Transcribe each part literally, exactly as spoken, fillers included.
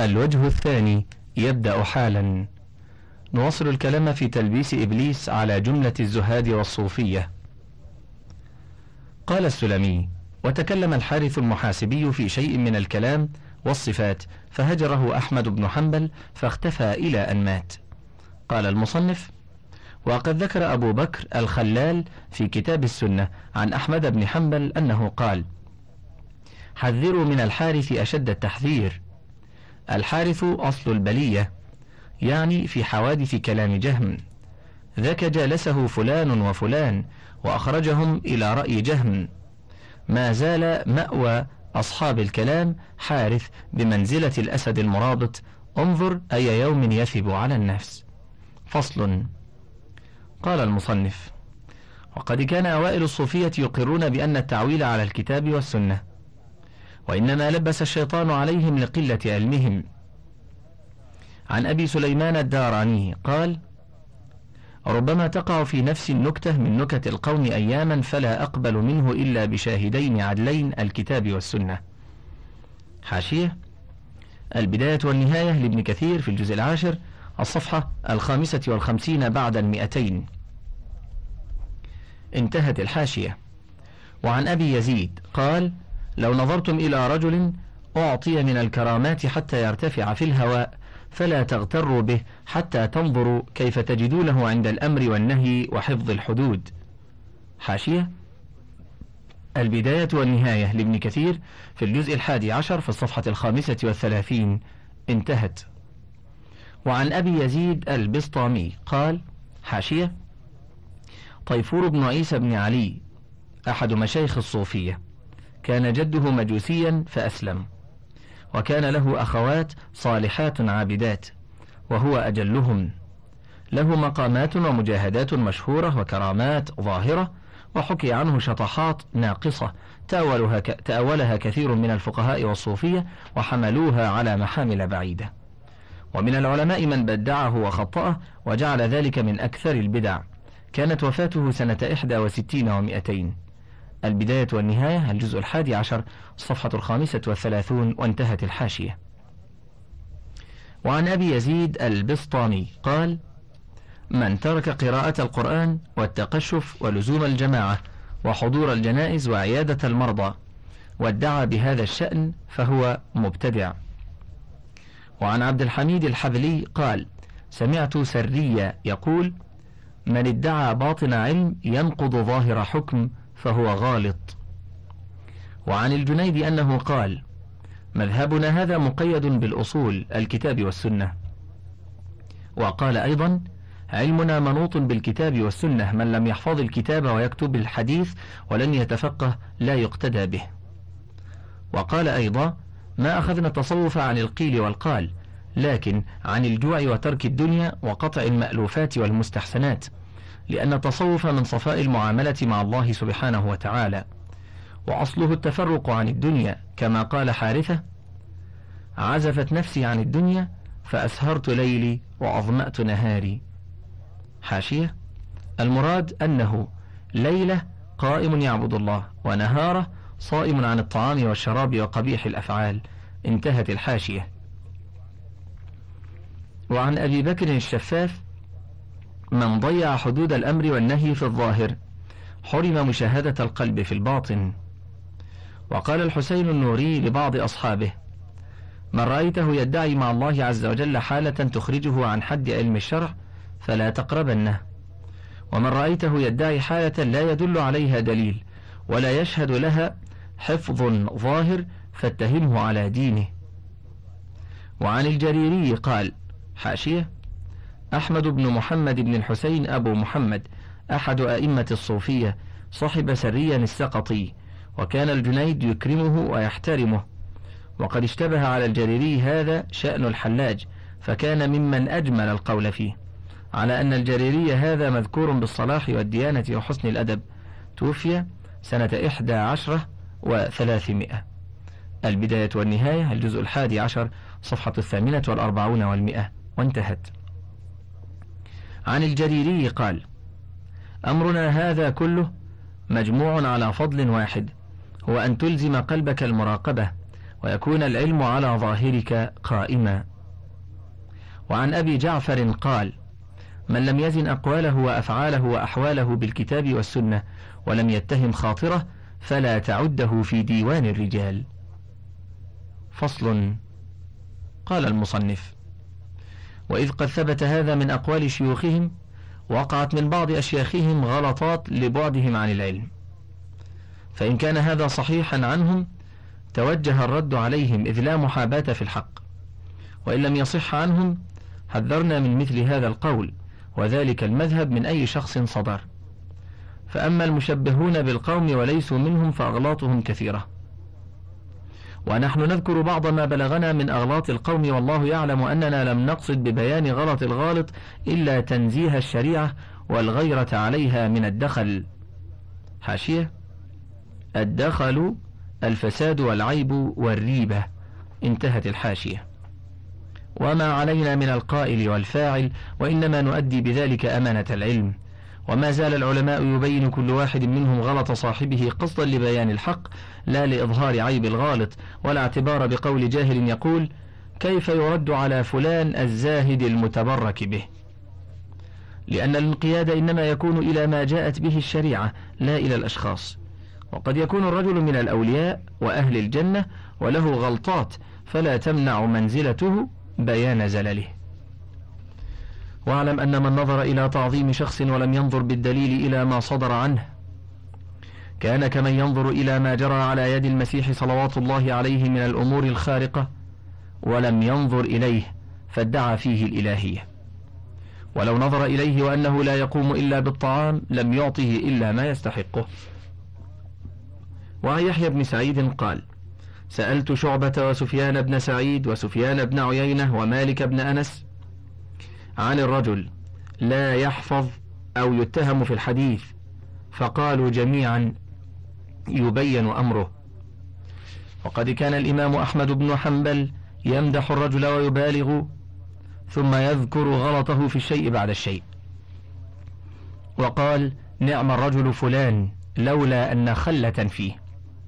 الوجه الثاني يبدأ حالا. نواصل الكلام في تلبيس إبليس على جملة الزهاد والصوفية. قال السلمي: وتكلم الحارث المحاسبي في شيء من الكلام والصفات فهجره أحمد بن حنبل فاختفى إلى أن مات. قال المصنف: وقد ذكر أبو بكر الخلال في كتاب السنة عن أحمد بن حنبل أنه قال: حذروا من الحارث أشد التحذير. الحارث أصل البلية، يعني في حوادث كلام جهم، ذاك جالسه فلان وفلان وأخرجهم إلى رأي جهم. ما زال مأوى أصحاب الكلام حارث بمنزلة الأسد المرابط، انظر أي يوم يثب على النفس. فصل. قال المصنف: وقد كان أوائل الصوفية يقرون بأن التعويل على الكتاب والسنة، وإنما لبس الشيطان عليهم لقلة علمهم. عن أبي سليمان الداراني قال: ربما تقع في نفس النكتة من نكت القوم أياما فلا أقبل منه إلا بشاهدين عدلين، الكتاب والسنة. حاشية: البداية والنهاية لابن كثير في الجزء العاشر الصفحة الخامسة والخمسين بعد المئتين. انتهت الحاشية. وعن أبي يزيد قال: لو نظرتم إلى رجل أعطي من الكرامات حتى يرتفع في الهواء فلا تغتروا به حتى تنظروا كيف تجدونه عند الأمر والنهي وحفظ الحدود. حاشية: البداية والنهاية لابن كثير في الجزء الحادي عشر في الصفحة الخامسة والثلاثين. انتهت. وعن أبي يزيد البسطامي قال: حاشية: طيفور بن عيسى بن علي أحد مشايخ الصوفية، كان جده مجوسيا فأسلم، وكان له أخوات صالحات عابدات وهو أجلهم، له مقامات ومجاهدات مشهورة وكرامات ظاهرة، وحكي عنه شطحات ناقصة تأولها, ك... تأولها كثير من الفقهاء والصوفية وحملوها على محامل بعيدة. ومن العلماء من بدعه وخطأه وجعل ذلك من أكثر البدع. كانت وفاته سنة إحدى وستين ومئتين. البداية والنهاية الجزء الحادي عشر الصفحة الخامسة والثلاثون. وانتهت الحاشية. وعن أبي يزيد البسطامي قال: من ترك قراءة القرآن والتقشف ولزوم الجماعة وحضور الجنائز وعيادة المرضى وادعى بهذا الشأن فهو مبتدع. وعن عبد الحميد الحبلي قال: سمعت سرية يقول: من ادعى باطن علم ينقض ظاهر حكم فهو غالط. وعن الجنيد أنه قال: مذهبنا هذا مقيد بالأصول الكتاب والسنة. وقال أيضا: علمنا منوط بالكتاب والسنة، من لم يحفظ الكتاب ويكتب الحديث ولن يتفقه لا يقتدى به. وقال أيضا: ما أخذنا التصوف عن القيل والقال، لكن عن الجوع وترك الدنيا وقطع المألوفات والمستحسنات، لأن التصوف من صفاء المعاملة مع الله سبحانه وتعالى، وأصله التفرق عن الدنيا، كما قال حارثة: عزفت نفسي عن الدنيا فأسهرت ليلي وأظمأت نهاري. حاشية: المراد أنه ليلة قائم يعبد الله ونهاره صائم عن الطعام والشراب وقبيح الأفعال. انتهت الحاشية. وعن أبي بكر الشفاف: من ضيع حدود الأمر والنهي في الظاهر حرم مشاهدة القلب في الباطن. وقال الحسين النوري لبعض أصحابه: من رأيته يدعي مع الله عز وجل حالة تخرجه عن حد علم الشرع فلا تقربنه، ومن رأيته يدعي حالة لا يدل عليها دليل ولا يشهد لها حفظ ظاهر فاتهمه على دينه. وعن الجريري قال: حاشية: أحمد بن محمد بن الحسين أبو محمد أحد أئمة الصوفية، صاحب سريا السقطي، وكان الجنيد يكرمه ويحترمه. وقد اشتبه على الجريري هذا شأن الحلاج، فكان ممن أجمل القول فيه، على أن الجريري هذا مذكور بالصلاح والديانة وحسن الأدب. توفي سنة إحدى عشرة وثلاثمائة. البداية والنهاية الجزء الحادي عشر صفحة الثامنة والأربعون والمئة. وانتهت. عن الجريري قال: أمرنا هذا كله مجموع على فضل واحد، هو أن تلزم قلبك المراقبة ويكون العلم على ظاهرك قائما. وعن أبي جعفر قال: من لم يزن أقواله وأفعاله وأحواله بالكتاب والسنة ولم يتهم خاطره فلا تعده في ديوان الرجال. فصل. قال المصنف: وإذ قد ثبت هذا من أقوال شيوخهم، وقعت من بعض أشياخهم غلطات لبعدهم عن العلم، فإن كان هذا صحيحا عنهم توجه الرد عليهم، إذ لا محاباة في الحق، وإن لم يصح عنهم حذرنا من مثل هذا القول، وذلك المذهب من أي شخص صدر. فأما المشبهون بالقوم وليسوا منهم فأغلاطهم كثيرة، ونحن نذكر بعض ما بلغنا من أغلاط القوم، والله يعلم أننا لم نقصد ببيان غلط الغالط إلا تنزيه الشريعة والغيرة عليها من الدخل. حاشية: الدخل الفساد والعيب والريبة. انتهت الحاشية. وما علينا من القائل والفاعل، وإنما نؤدي بذلك أمانة العلم. وما زال العلماء يبين كل واحد منهم غلط صاحبه قصدا لبيان الحق، لا لإظهار عيب الغالط، ولا اعتبار بقول جاهل يقول: كيف يرد على فلان الزاهد المتبرك به؟ لأن الانقياد إنما يكون إلى ما جاءت به الشريعة لا إلى الأشخاص. وقد يكون الرجل من الأولياء وأهل الجنة وله غلطات، فلا تمنع منزلته بيان زلله. واعلم أن من نظر إلى تعظيم شخص ولم ينظر بالدليل إلى ما صدر عنه كان كمن ينظر إلى ما جرى على يد المسيح صلوات الله عليه من الأمور الخارقة ولم ينظر إليه فادعى فيه الإلهية. ولو نظر إليه وأنه لا يقوم إلا بالطعام لم يعطه إلا ما يستحقه. وعن يحيى بن سعيد قال: سألت شعبة وسفيان بن سعيد وسفيان بن عيينة ومالك بن أنس عن الرجل لا يحفظ أو يتهم في الحديث، فقالوا جميعا يبين أمره. وقد كان الإمام أحمد بن حنبل يمدح الرجل ويبالغ ثم يذكر غلطه في الشيء بعد الشيء، وقال: نعم الرجل فلان لولا أن خلة فيه.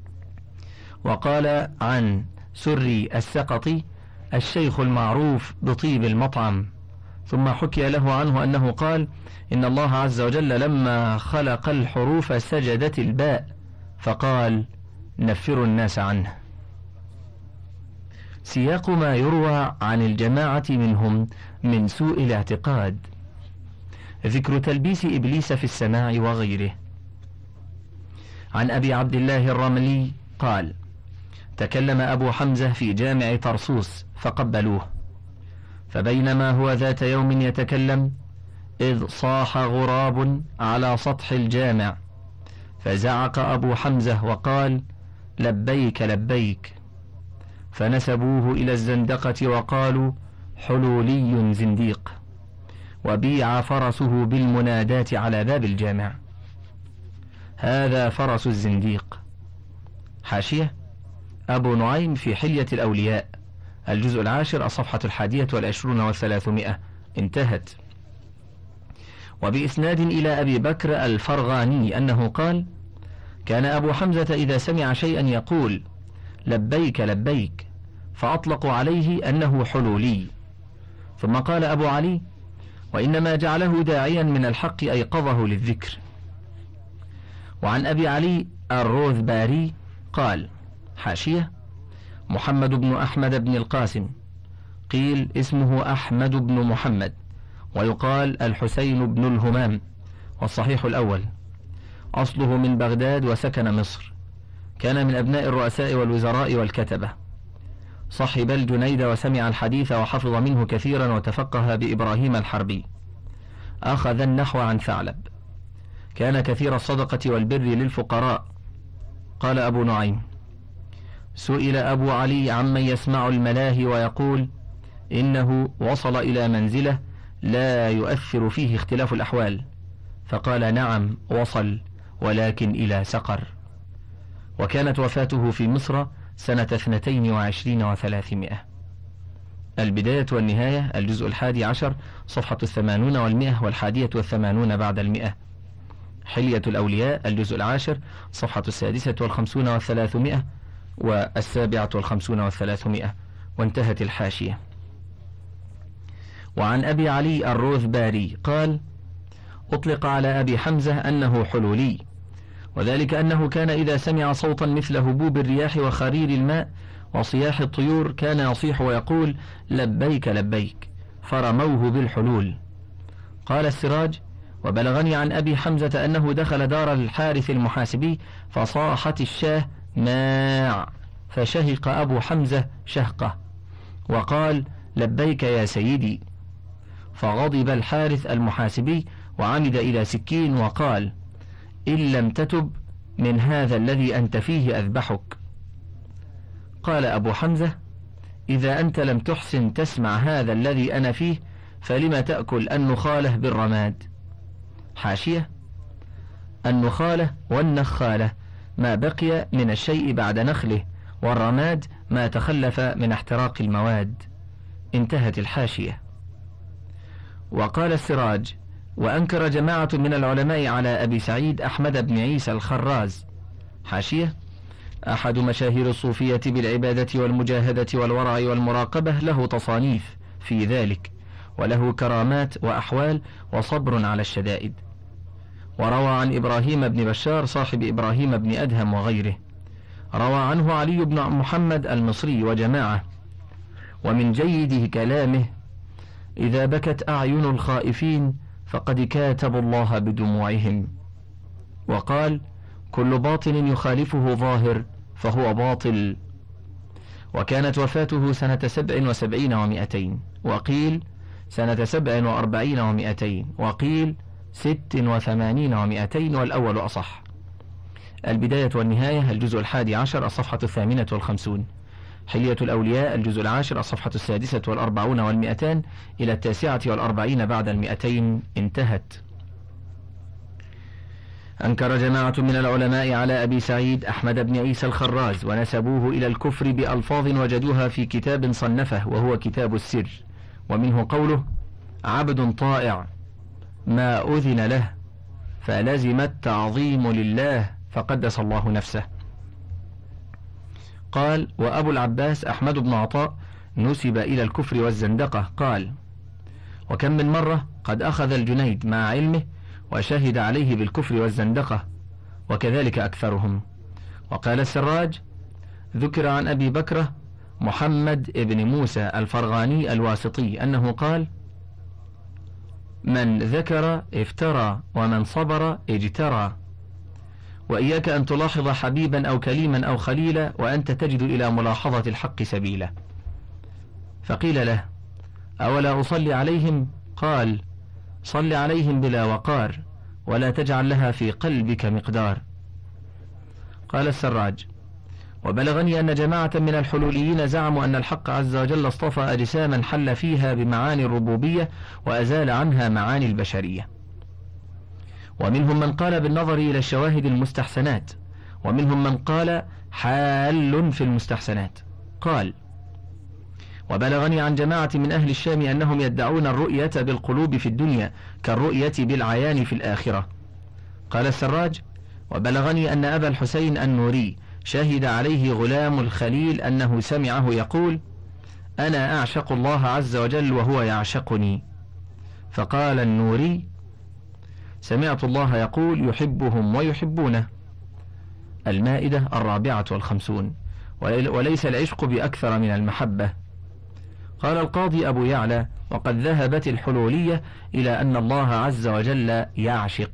وقال عن سري السقطي: الشيخ المعروف بطيب المطعم. ثم حكي له عنه أنه قال: إن الله عز وجل لما خلق الحروف سجدت الباء، فقال: نفروا الناس عنه. سياق ما يروى عن الجماعة منهم من سوء الاعتقاد: ذكر تلبيس إبليس في السماع وغيره. عن أبي عبد الله الرملي قال: تكلم أبو حمزة في جامع طرسوس فقبلوه، فبينما هو ذات يوم يتكلم إذ صاح غراب على سطح الجامع، فزعق أبو حمزة وقال: لبيك لبيك، فنسبوه إلى الزندقة وقالوا: حلولي زنديق، وبيع فرسه بالمنادات على باب الجامع. هذا فرس الزنديق. حاشية: أبو نعيم في حلية الأولياء، الجزء العاشر، الصفحة الحادية والعشرون والثلاثمائة. انتهت. وبإسناد إلى أبي بكر الفرغاني أنه قال: كان أبو حمزة إذا سمع شيئا يقول: لبيك لبيك، فأطلقوا عليه أنه حلولي. ثم قال أبو علي: وإنما جعله داعيا من الحق أيقظه للذكر. وعن أبي علي الروذباري قال: حاشية: محمد بن أحمد بن القاسم، قيل اسمه أحمد بن محمد، ويقال الحسين بن الهمام، والصحيح الأول. أصله من بغداد وسكن مصر، كان من أبناء الرؤساء والوزراء والكتبة، صحب الجنيد وسمع الحديث وحفظ منه كثيرا وتفقه بإبراهيم الحربي. أخذ النحو عن ثعلب، كان كثير الصدقة والبر للفقراء. قال أبو نعيم: سئل أبو علي عمن يسمع الملاهي ويقول إنه وصل إلى منزله لا يؤثر فيه اختلاف الأحوال، فقال: نعم وصل، ولكن إلى سقر. وكانت وفاته في مصر سنة اثنتين وعشرين وثلاثمائة. البداية والنهاية، الجزء الحادي عشر، صفحة الثمانون والمئة والحادية والثمانون بعد المئة. حلية الأولياء، الجزء العاشر، صفحة السادسة والخمسون والثلاثمائة. والسابعة والخمسون والثلاثمائة. وانتهت الحاشية. وعن أبي علي الروذباري قال: أطلق على أبي حمزة أنه حلولي، وذلك أنه كان إذا سمع صوتا مثل هبوب الرياح وخرير الماء وصياح الطيور كان يصيح ويقول: لبيك لبيك، فرموه بالحلول. قال السراج: وبلغني عن أبي حمزة أنه دخل دار الحارث المحاسبي فصاحت الشاه ماع، فشهق أبو حمزة شهقة وقال: لبيك يا سيدي، فغضب الحارث المحاسبي وعمد إلى سكين وقال: إن لم تتب من هذا الذي أنت فيه أذبحك. قال أبو حمزة: إذا أنت لم تحسن تسمع هذا الذي أنا فيه فلم تأكل النخالة بالرماد. حاشية: النخالة والنخالة ما بقي من الشيء بعد نخله، والرماد ما تخلف من احتراق المواد. انتهت الحاشية. وقال السراج: وأنكر جماعة من العلماء على أبي سعيد أحمد بن عيسى الخراز. حاشية: أحد مشاهير الصوفية بالعبادة والمجاهدة والورع والمراقبة، له تصانيف في ذلك، وله كرامات وأحوال وصبر على الشدائد. وروى عن إبراهيم بن بشار صاحب إبراهيم بن أدهم وغيره. روى عنه علي بن محمد المصري وجماعة. ومن جيد كلامه: إذا بكت أعين الخائفين فقد كاتبوا الله بدموعهم. وقال: كل باطل يخالفه ظاهر فهو باطل. وكانت وفاته سنة سبع وسبعين ومائتين، وقيل سنة سبع وأربعين ومائتين، وقيل ست وثمانين ومائتين، والأول أصح. البداية والنهاية الجزء الحادي عشر الصفحة الثامنة والخمسون. حلية الأولياء الجزء العاشر الصفحة السادسة والأربعون والمئتان إلى التاسعة والأربعين بعد المئتين. انتهت. أنكر جماعة من العلماء على أبي سعيد أحمد بن عيسى الخراز ونسبوه إلى الكفر بألفاظ وجدوها في كتاب صنفه وهو كتاب السر، ومنه قوله: عبد طائع ما أذن له فلزم التعظيم لله فقدس الله نفسه. قال: وأبو العباس أحمد بن عطاء نسب إلى الكفر والزندقة. قال: وكم من مرة قد أخذ الجنيد مع علمه وشهد عليه بالكفر والزندقة، وكذلك أكثرهم. وقال السراج: ذكر عن أبي بكرة محمد ابن موسى الفرغاني الواسطي أنه قال: من ذكر افترى ومن صبر اجترى. وإياك أن تلاحظ حبيبا أو كليما أو خليلا وأنت تجد إلى ملاحظة الحق سبيلا. فقيل له: أولا أصلي عليهم؟ قال: صل عليهم بلا وقار ولا تجعل لها في قلبك مقدار. قال السراج: وبلغني أن جماعة من الحلوليين زعموا أن الحق عز وجل اصطفى أجساما حل فيها بمعاني الربوبية وأزال عنها معاني البشرية. ومنهم من قال بالنظر إلى الشواهد المستحسنات، ومنهم من قال حال في المستحسنات. قال: وبلغني عن جماعة من أهل الشام أنهم يدعون الرؤية بالقلوب في الدنيا كالرؤية بالعيان في الآخرة. قال السراج: وبلغني أن أبا الحسين النوري شهد عليه غلام الخليل أنه سمعه يقول: أنا أعشق الله عز وجل وهو يعشقني. فقال النوري: سمعت الله يقول: يحبهم ويحبونه. المائدة الرابعة والخمسون. وليس العشق بأكثر من المحبة. قال القاضي أبو يعلى: وقد ذهبت الحلولية إلى أن الله عز وجل يعشق.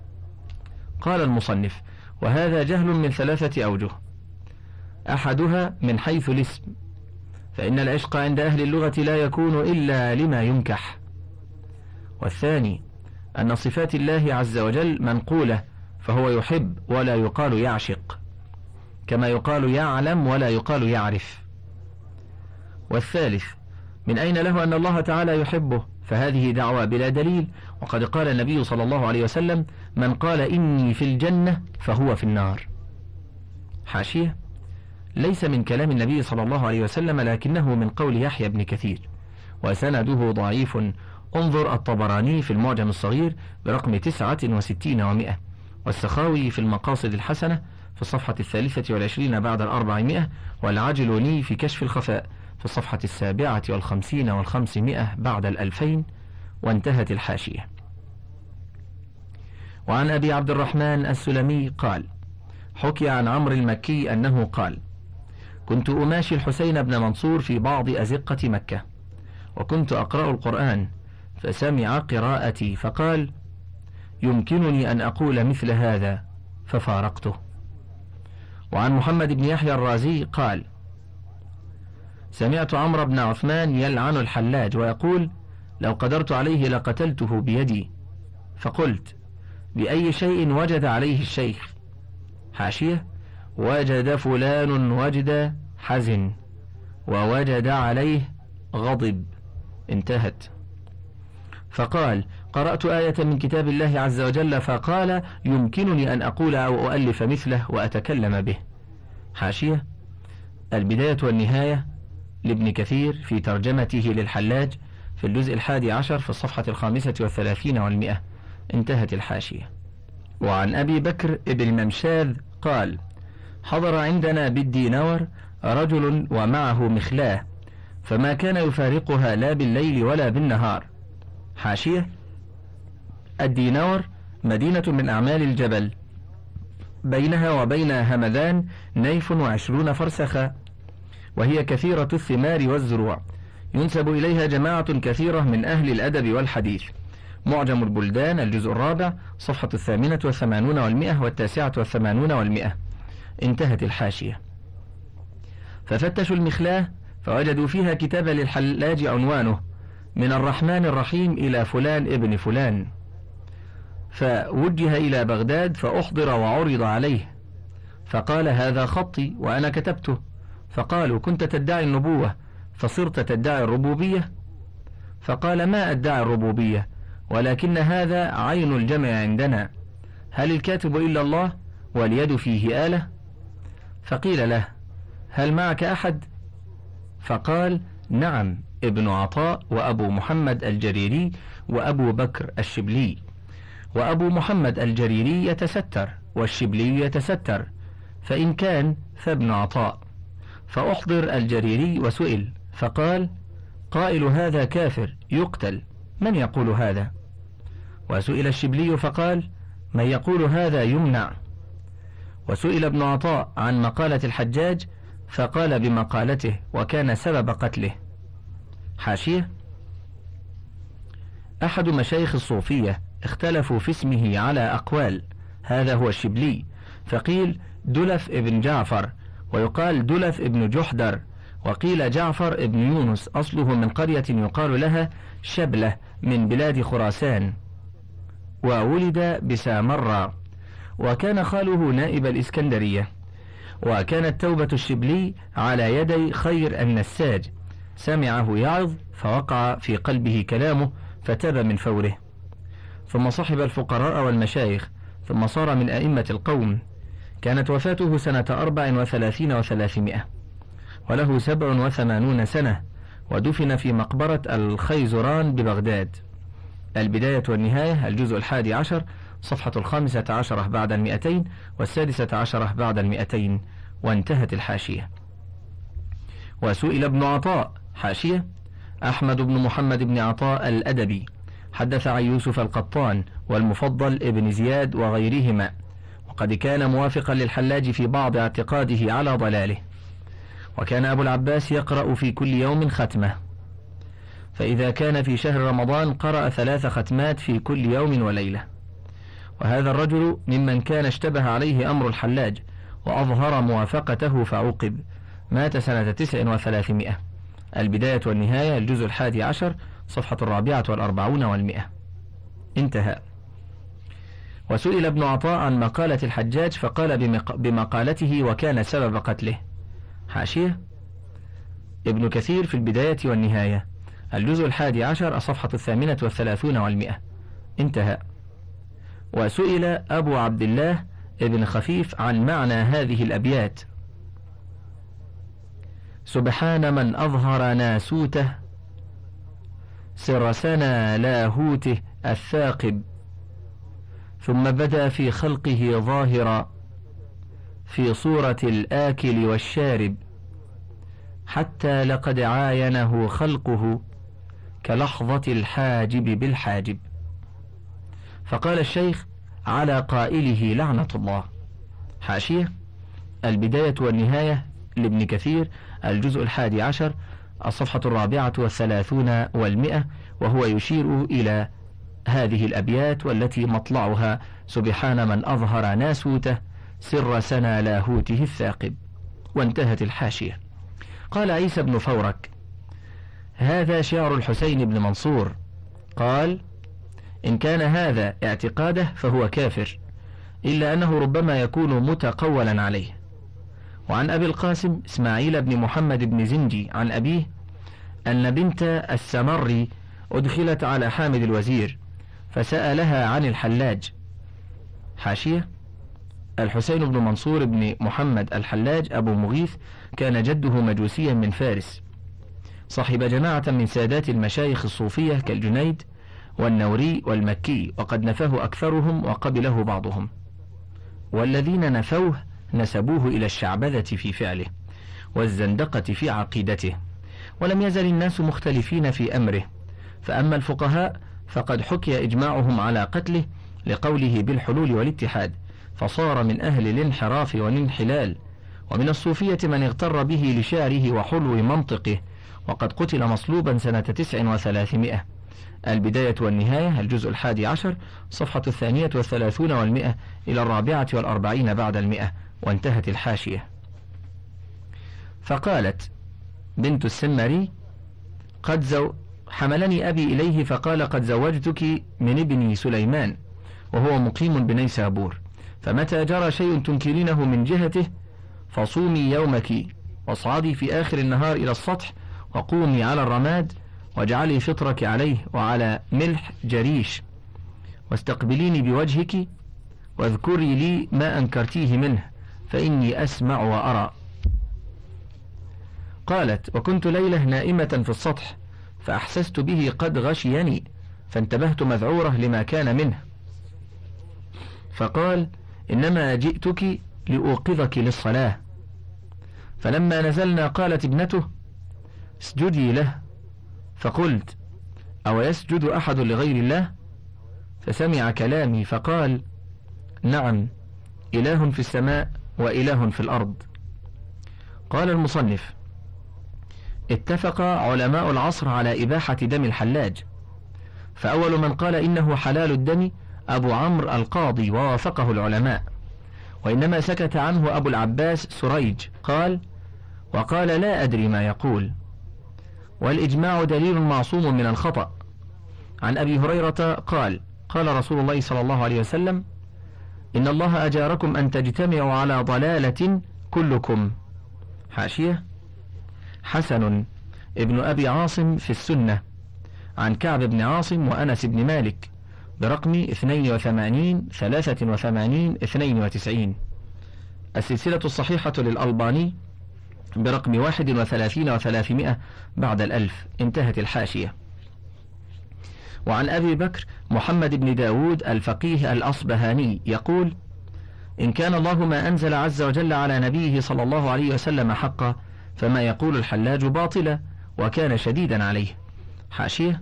قال المصنف: وهذا جهل من ثلاثة أوجه. أحدها من حيث الاسم، فإن العشق عند أهل اللغة لا يكون إلا لما ينكح. والثاني أن صفات الله عز وجل منقولة، فهو يحب ولا يقال يعشق، كما يقال يعلم ولا يقال يعرف. والثالث من أين له أن الله تعالى يحبه، فهذه دعوة بلا دليل، وقد قال النبي صلى الله عليه وسلم: من قال إني في الجنة فهو في النار. حاشية: ليس من كلام النبي صلى الله عليه وسلم، لكنه من قول يحيى بن كثير، وسنده ضعيف. انظر الطبراني في المعجم الصغير برقم تسعة وستين ومئة، والسخاوي في المقاصد الحسنة في الصفحة الثالثة والعشرين بعد الأربعمائة، والعجلوني في كشف الخفاء في الصفحة السابعة والخمسين والخمسمائة بعد الألفين، وانتهت الحاشية. وعن أبي عبد الرحمن السلمي قال: حكي عن عمرو المكي أنه قال: كنت أماشي الحسين بن منصور في بعض أزقة مكة، وكنت أقرأ القرآن، فسمع قراءتي فقال: يمكنني أن أقول مثل هذا، ففارقته. وعن محمد بن يحيى الرازي قال: سمعت عمرو بن عثمان يلعن الحلاج ويقول: لو قدرت عليه لقتلته بيدي، فقلت: بأي شيء وجد عليه الشيخ؟ حاشية: وجد فلان وجد حزن، ووجد عليه غضب، انتهت. فقال: قرأت آية من كتاب الله عز وجل فقال: يمكنني أن أقول أو أؤلف مثله وأتكلم به. حاشية: البداية والنهاية لابن كثير في ترجمته للحلاج في الجزء الحادي عشر في الصفحة الخامسة والثلاثين والمئة، انتهت الحاشية. وعن أبي بكر ابن ممشاذ قال: حضر عندنا بالدينور رجل ومعه مخلاه، فما كان يفارقها لا بالليل ولا بالنهار. حاشية: الدينور مدينة من أعمال الجبل، بينها وبين همذان نيف وعشرون فرسخا، وهي كثيرة الثمار والزروع، ينسب إليها جماعة كثيرة من أهل الأدب والحديث. معجم البلدان الجزء الرابع صفحة الثامنة والثمانون والمئة والتاسعة والثمانون والمئة، انتهت الحاشية. ففتشوا المخلاه فوجدوا فيها كتابا للحلاج عنوانه: من الرحمن الرحيم إلى فلان ابن فلان، فوجه إلى بغداد فأحضر وعرض عليه، فقال: هذا خطي وأنا كتبته. فقالوا: كنت تدعي النبوة فصرت تدعي الربوبية؟ فقال: ما أدعي الربوبية، ولكن هذا عين الجمع عندنا، هل الكاتب إلا الله واليد فيه آلة؟ فقيل له: هل معك أحد؟ فقال: نعم، ابن عطاء وأبو محمد الجريري وأبو بكر الشبلي. وأبو محمد الجريري يتستر والشبلي يتستر، فإن كان فابن عطاء. فأحضر الجريري وسئل فقال: قائل هذا كافر يقتل، من يقول هذا؟ وسئل الشبلي فقال: من يقول هذا يمنع. وسئل ابن عطاء عن مقالة الحجاج فقال بمقالته، وكان سبب قتله. حاشية: أحد مشايخ الصوفية اختلفوا في اسمه على أقوال، هذا هو الشبلي، فقيل دلف ابن جعفر، ويقال دلف ابن جحدر، وقيل جعفر ابن يونس، أصله من قرية يقال لها شبلة من بلاد خراسان، وولد بسامرة، وكان خاله نائب الإسكندرية. وكانت توبة الشبلي على يدي خير النساج، سمعه يعظ فوقع في قلبه كلامه فتاب من فوره، ثم صحب الفقراء والمشايخ، ثم صار من أئمة القوم. كانت وفاته سنة أربع وثلاثين وثلاثمائة، وله سبع وثمانون سنة، ودفن في مقبرة الخيزران ببغداد. البداية والنهاية الجزء الحادي عشر صفحة الخامسة عشرة بعد المئتين والسادسة عشرة بعد المئتين، وانتهت الحاشية. وسئل ابن عطاء، حاشية: أحمد بن محمد بن عطاء الأدبي حدث عن يوسف القطان والمفضل ابن زياد وغيرهما، وقد كان موافقا للحلاج في بعض اعتقاده على ضلاله. وكان أبو العباس يقرأ في كل يوم ختمة، فإذا كان في شهر رمضان قرأ ثلاث ختمات في كل يوم وليلة. وهذا الرجل ممن كان اشتبه عليه أمر الحلاج وأظهر موافقته فعوقب، مات سنة تسع وثلاثمائة. البداية والنهاية الجزء الحادي عشر صفحة الرابعة والأربعون والمئة، انتهى. وسئل ابن عطاء عن مقالة الحجاج فقال بمق... بمقالته وكان سبب قتله. حاشية: ابن كثير في البداية والنهاية الجزء الحادي عشر الصفحة الثامنة والثلاثون والمئة، انتهى. وسئل أبو عبد الله ابن خفيف عن معنى هذه الأبيات: سبحان من أظهر ناسوته سر سنا لاهوته الثاقب، ثم بدا في خلقه ظاهرا في صورة الآكل والشارب، حتى لقد عاينه خلقه كلحظة الحاجب بالحاجب. فقال الشيخ: على قائله لعنة الله. حاشية: البداية والنهاية لابن كثير، الجزء الحادي عشر، الصفحة الرابعة والثلاثون والمئة، وهو يشير إلى هذه الأبيات والتي مطلعها: سبحان من أظهر ناسوته سر سنا لاهوته الثاقب. وانتهت الحاشية. قال عيسى بن فورك: هذا شعر الحسين بن منصور. قال: إن كان هذا اعتقاده فهو كافر، إلا أنه ربما يكون متقولا عليه. وعن أبي القاسم إسماعيل بن محمد بن زنجي عن أبيه أن بنت السمري أدخلت على حامد الوزير فسألها عن الحلاج. حاشية: الحسين بن منصور بن محمد الحلاج أبو مغيث كان جده مجوسيا من فارس، صاحب جماعة من سادات المشايخ الصوفية كالجنيد والنوري والمكي، وقد نفاه أكثرهم وقبله بعضهم، والذين نفوه نسبوه إلى الشعبذة في فعله والزندقة في عقيدته. ولم يزل الناس مختلفين في أمره، فأما الفقهاء فقد حكي إجماعهم على قتله لقوله بالحلول والاتحاد، فصار من أهل الانحراف والانحلال. ومن الصوفية من اغتر به لشعره وحلو منطقه، وقد قتل مصلوبا سنة تسع وثلاثمائة. البداية والنهاية، الجزء الحادي عشر، صفحة الثانية والثلاثون والمئة إلى الرابعة والأربعين بعد المئة. وانتهت الحاشية. فقالت بنت السمري: قد زو حملني أبي إليه فقال: قد زوجتك من ابني سليمان وهو مقيم بنيسابور، فمتى جرى شيء تنكرينه من جهته فصومي يومك، واصعدي في آخر النهار إلى السطح، وقومي على الرماد، واجعلي فطرك عليه وعلى ملح جريش، واستقبليني بوجهك، واذكري لي ما أنكرتيه منه، فإني أسمع وأرى. قالت: وكنت ليلة نائمة في السطح، فأحسست به قد غشيني، فانتبهت مذعورة لما كان منه، فقال: إنما جئتك لأوقظك للصلاة. فلما نزلنا قالت ابنته: اسجدي له. فقلت: أو يسجد أحد لغير الله؟ فسمع كلامي فقال: نعم، إله في السماء وإله في الأرض. قال المصنف: اتفق علماء العصر على إباحة دم الحلاج، فأول من قال إنه حلال الدم أبو عمرو القاضي ووافقه العلماء، وإنما سكت عنه أبو العباس سريج قال: وقال لا أدري ما يقول. والإجماع دليل معصوم من الخطأ. عن أبي هريرة قال: قال رسول الله صلى الله عليه وسلم: إن الله أجاركم أن تجتمعوا على ضلالة كلكم. حاشية: حسن ابن أبي عاصم في السنة عن كعب بن عاصم وأنس بن مالك برقم اثنين وثمانين ثلاثة وثمانين اثنين وتسعين. السلسلة الصحيحة للألباني برقم واحد وثلاثين وثلاثمائة بعد الألف. انتهت الحاشية. وعن أبي بكر محمد بن داود الفقيه الأصبهاني يقول: إن كان الله ما أنزل عز وجل على نبيه صلى الله عليه وسلم حقا، فما يقول الحلاج باطلا، وكان شديدا عليه. حاشية: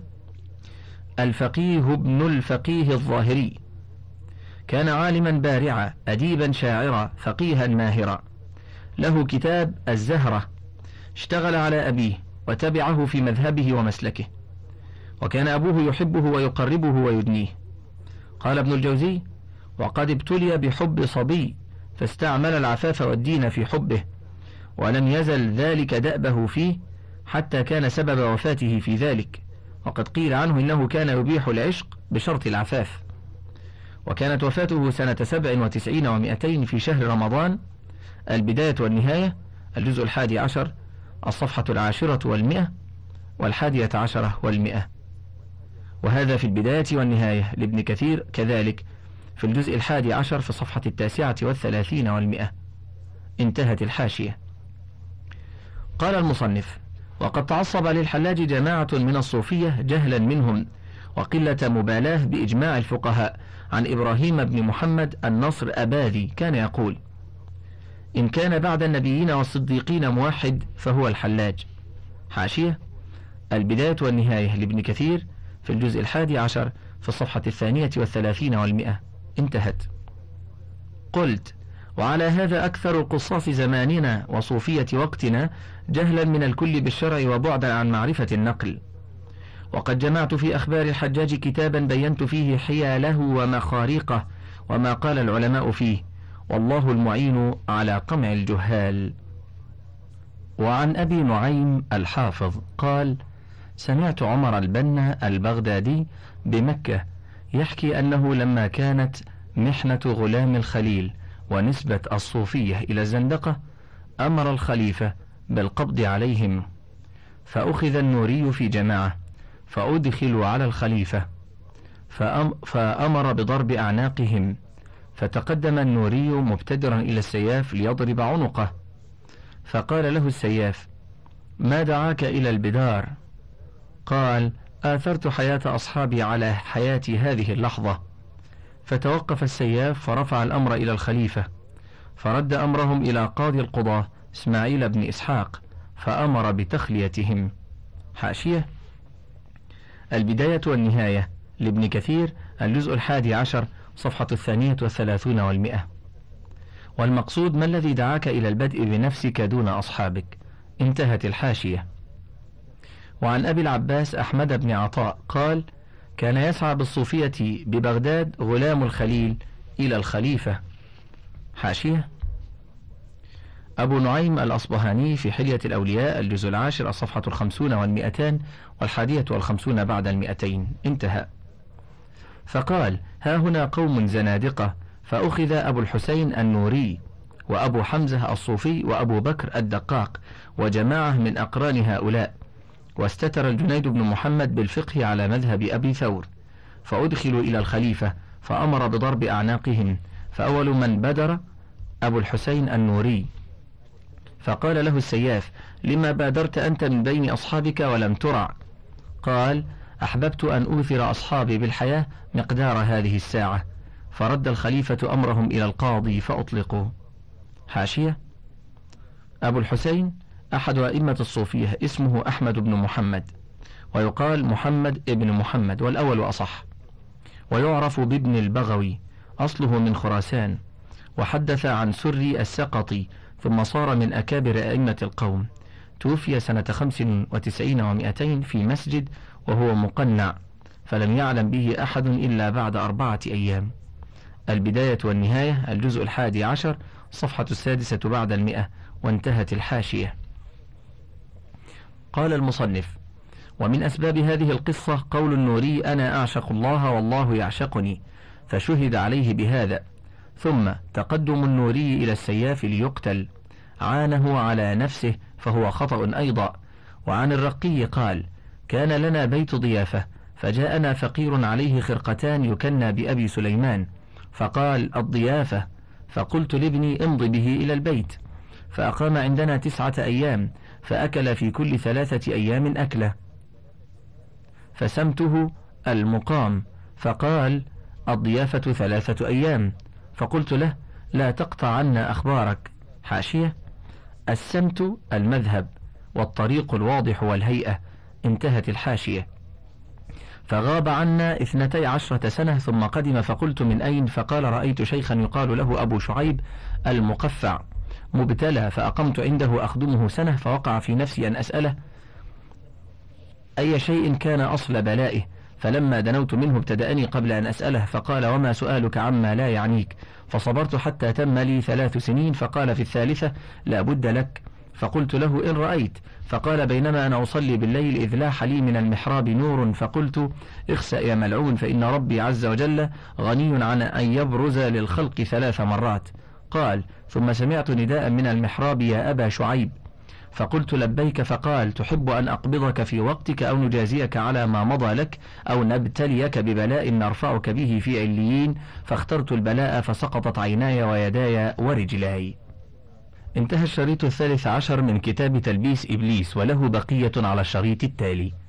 الفقيه ابن الفقيه الظاهري كان عالما بارعا أديبا شاعرا فقيها ماهرا، له كتاب الزهرة، اشتغل على أبيه وتبعه في مذهبه ومسلكه، وكان أبوه يحبه ويقربه ويدنيه. قال ابن الجوزي: وقد ابتلي بحب صبي فاستعمل العفاف والدين في حبه، ولم يزل ذلك دأبه فيه حتى كان سبب وفاته في ذلك، وقد قيل عنه إنه كان يبيح العشق بشرط العفاف. وكانت وفاته سنة سبع وتسعين ومئتين في شهر رمضان. البداية والنهاية، الجزء الحادي عشر، الصفحة العاشرة والمئة والحادية عشرة والمئة. وهذا في البداية والنهاية لابن كثير كذلك في الجزء الحادي عشر في الصفحة التاسعة والثلاثين والمئة. انتهت الحاشية. قال المصنف: وقد تعصب للحلاج جماعة من الصوفية جهلا منهم وقلة مبالاة بإجماع الفقهاء. عن إبراهيم بن محمد النصر أباذي كان يقول: إن كان بعد النبيين والصديقين موحد فهو الحلاج. حاشية: البداية والنهاية لابن كثير في الجزء الحادي عشر في الصفحة الثانية والثلاثين والمئة. انتهت. قلت: وعلى هذا أكثر قصاص زماننا وصوفية وقتنا جهلا من الكل بالشرع وبعدا عن معرفة النقل. وقد جمعت في أخبار الحجاج كتابا بينت فيه حياله ومخاريقه وما قال العلماء فيه، والله المعين على قمع الجهال. وعن أبي نعيم الحافظ قال: سمعت عمر البنا البغدادي بمكة يحكي أنه لما كانت محنة غلام الخليل ونسبة الصوفية إلى الزندقة أمر الخليفة بالقبض عليهم، فأخذ النوري في جماعة فأدخلوا على الخليفة فأم فأمر بضرب أعناقهم، فتقدم النوري مبتدرا إلى السياف ليضرب عنقه، فقال له السياف: ما دعاك إلى البدار؟ قال: آثرت حياة أصحابي على حياتي هذه اللحظة. فتوقف السياف فرفع الأمر إلى الخليفة، فرد أمرهم إلى قاضي القضاة إسماعيل بن إسحاق فأمر بتخليتهم. حاشية: البداية والنهاية لابن كثير الجزء الحادي عشر صفحة الثانية والثلاثون والمئة. والمقصود: ما الذي دعاك إلى البدء بنفسك دون أصحابك؟ انتهت الحاشية. وعن أبي العباس أحمد بن عطاء قال: كان يسعى بالصوفية ببغداد غلام الخليل إلى الخليفة. حاشية: أبو نعيم الأصبهاني في حلية الأولياء الجزء العاشر الصفحة الخمسون والمئتان والحادية والخمسون بعد المئتين. انتهى. فقال: ها هنا قوم زنادقة، فأخذ أبو الحسين النوري وأبو حمزة الصوفي وأبو بكر الدقاق وجماعة من أقران هؤلاء، واستتر الجنيد بن محمد بالفقه على مذهب أبي ثور، فأدخلوا إلى الخليفة فأمر بضرب أعناقهم، فأول من بدر أبو الحسين النوري، فقال له السياف: لما بادرت أنت من بين أصحابك ولم ترع؟ قال: أحببت أن أوثر أصحابي بالحياة مقدار هذه الساعة، فرد الخليفة أمرهم إلى القاضي فأطلقوا. حاشية: أبو الحسين أحد أئمة الصوفية، اسمه أحمد بن محمد، ويقال محمد ابن محمد، والأول أصح، ويعرف بابن البغوي، أصله من خراسان، وحدث عن سري السقطي، ثم صار من أكابر أئمة القوم. توفي سنة خمس وتسعين ومئتين في مسجد وهو مقنع، فلم يعلم به أحد إلا بعد أربعة أيام. البداية والنهاية الجزء الحادي عشر صفحة السادسة بعد المئة. وانتهت الحاشية. قال المصنف: ومن أسباب هذه القصة قول النوري: أنا أعشق الله والله يعشقني، فشهد عليه بهذا، ثم تقدم النوري إلى السياف ليقتل، عانه على نفسه فهو خطأ أيضا. وعن الرقي قال: كان لنا بيت ضيافة، فجاءنا فقير عليه خرقتان يكنى بأبي سليمان، فقال: الضيافة. فقلت لابني: امض به إلى البيت، فأقام عندنا تسعة أيام، فأكل في كل ثلاثة أيام أكله، فسمته المقام، فقال: الضيافة ثلاثة أيام. فقلت له: لا تقطع عنا أخبارك. حاشية: السمت المذهب، والطريق الواضح والهيئة. انتهت الحاشية. فغاب عنا اثنتي عشرة سنة، ثم قدم، فقلت: من أين؟ فقال: رأيت شيخا يقال له أبو شعيب المقفع مبتلى، فأقمت عنده أخدمه سنة، فوقع في نفسي أن أسأله أي شيء كان أصل بلائه، فلما دنوت منه ابتدأني قبل أن أسأله، فقال: وما سؤالك عما لا يعنيك؟ فصبرت حتى تم لي ثلاث سنين، فقال في الثالثة: لا بد لك. فقلت له: إن رأيت. فقال: بينما أنا أصلي بالليل إذ لاح لي من المحراب نور، فقلت: اخسأ يا ملعون، فإن ربي عز وجل غني عن أن يبرز للخلق ثلاث مرات. قال: ثم سمعت نداء من المحراب: يا أبا شعيب. فقلت: لبيك. فقال: تحب أن أقبضك في وقتك، أو نجازيك على ما مضى لك، أو نبتليك ببلاء نرفعك به في عليين؟ فاخترت البلاء، فسقطت عيناي ويداي ورجلاي. انتهى الشريط الثالث عشر من كتاب تلبيس إبليس، وله بقية على الشريط التالي.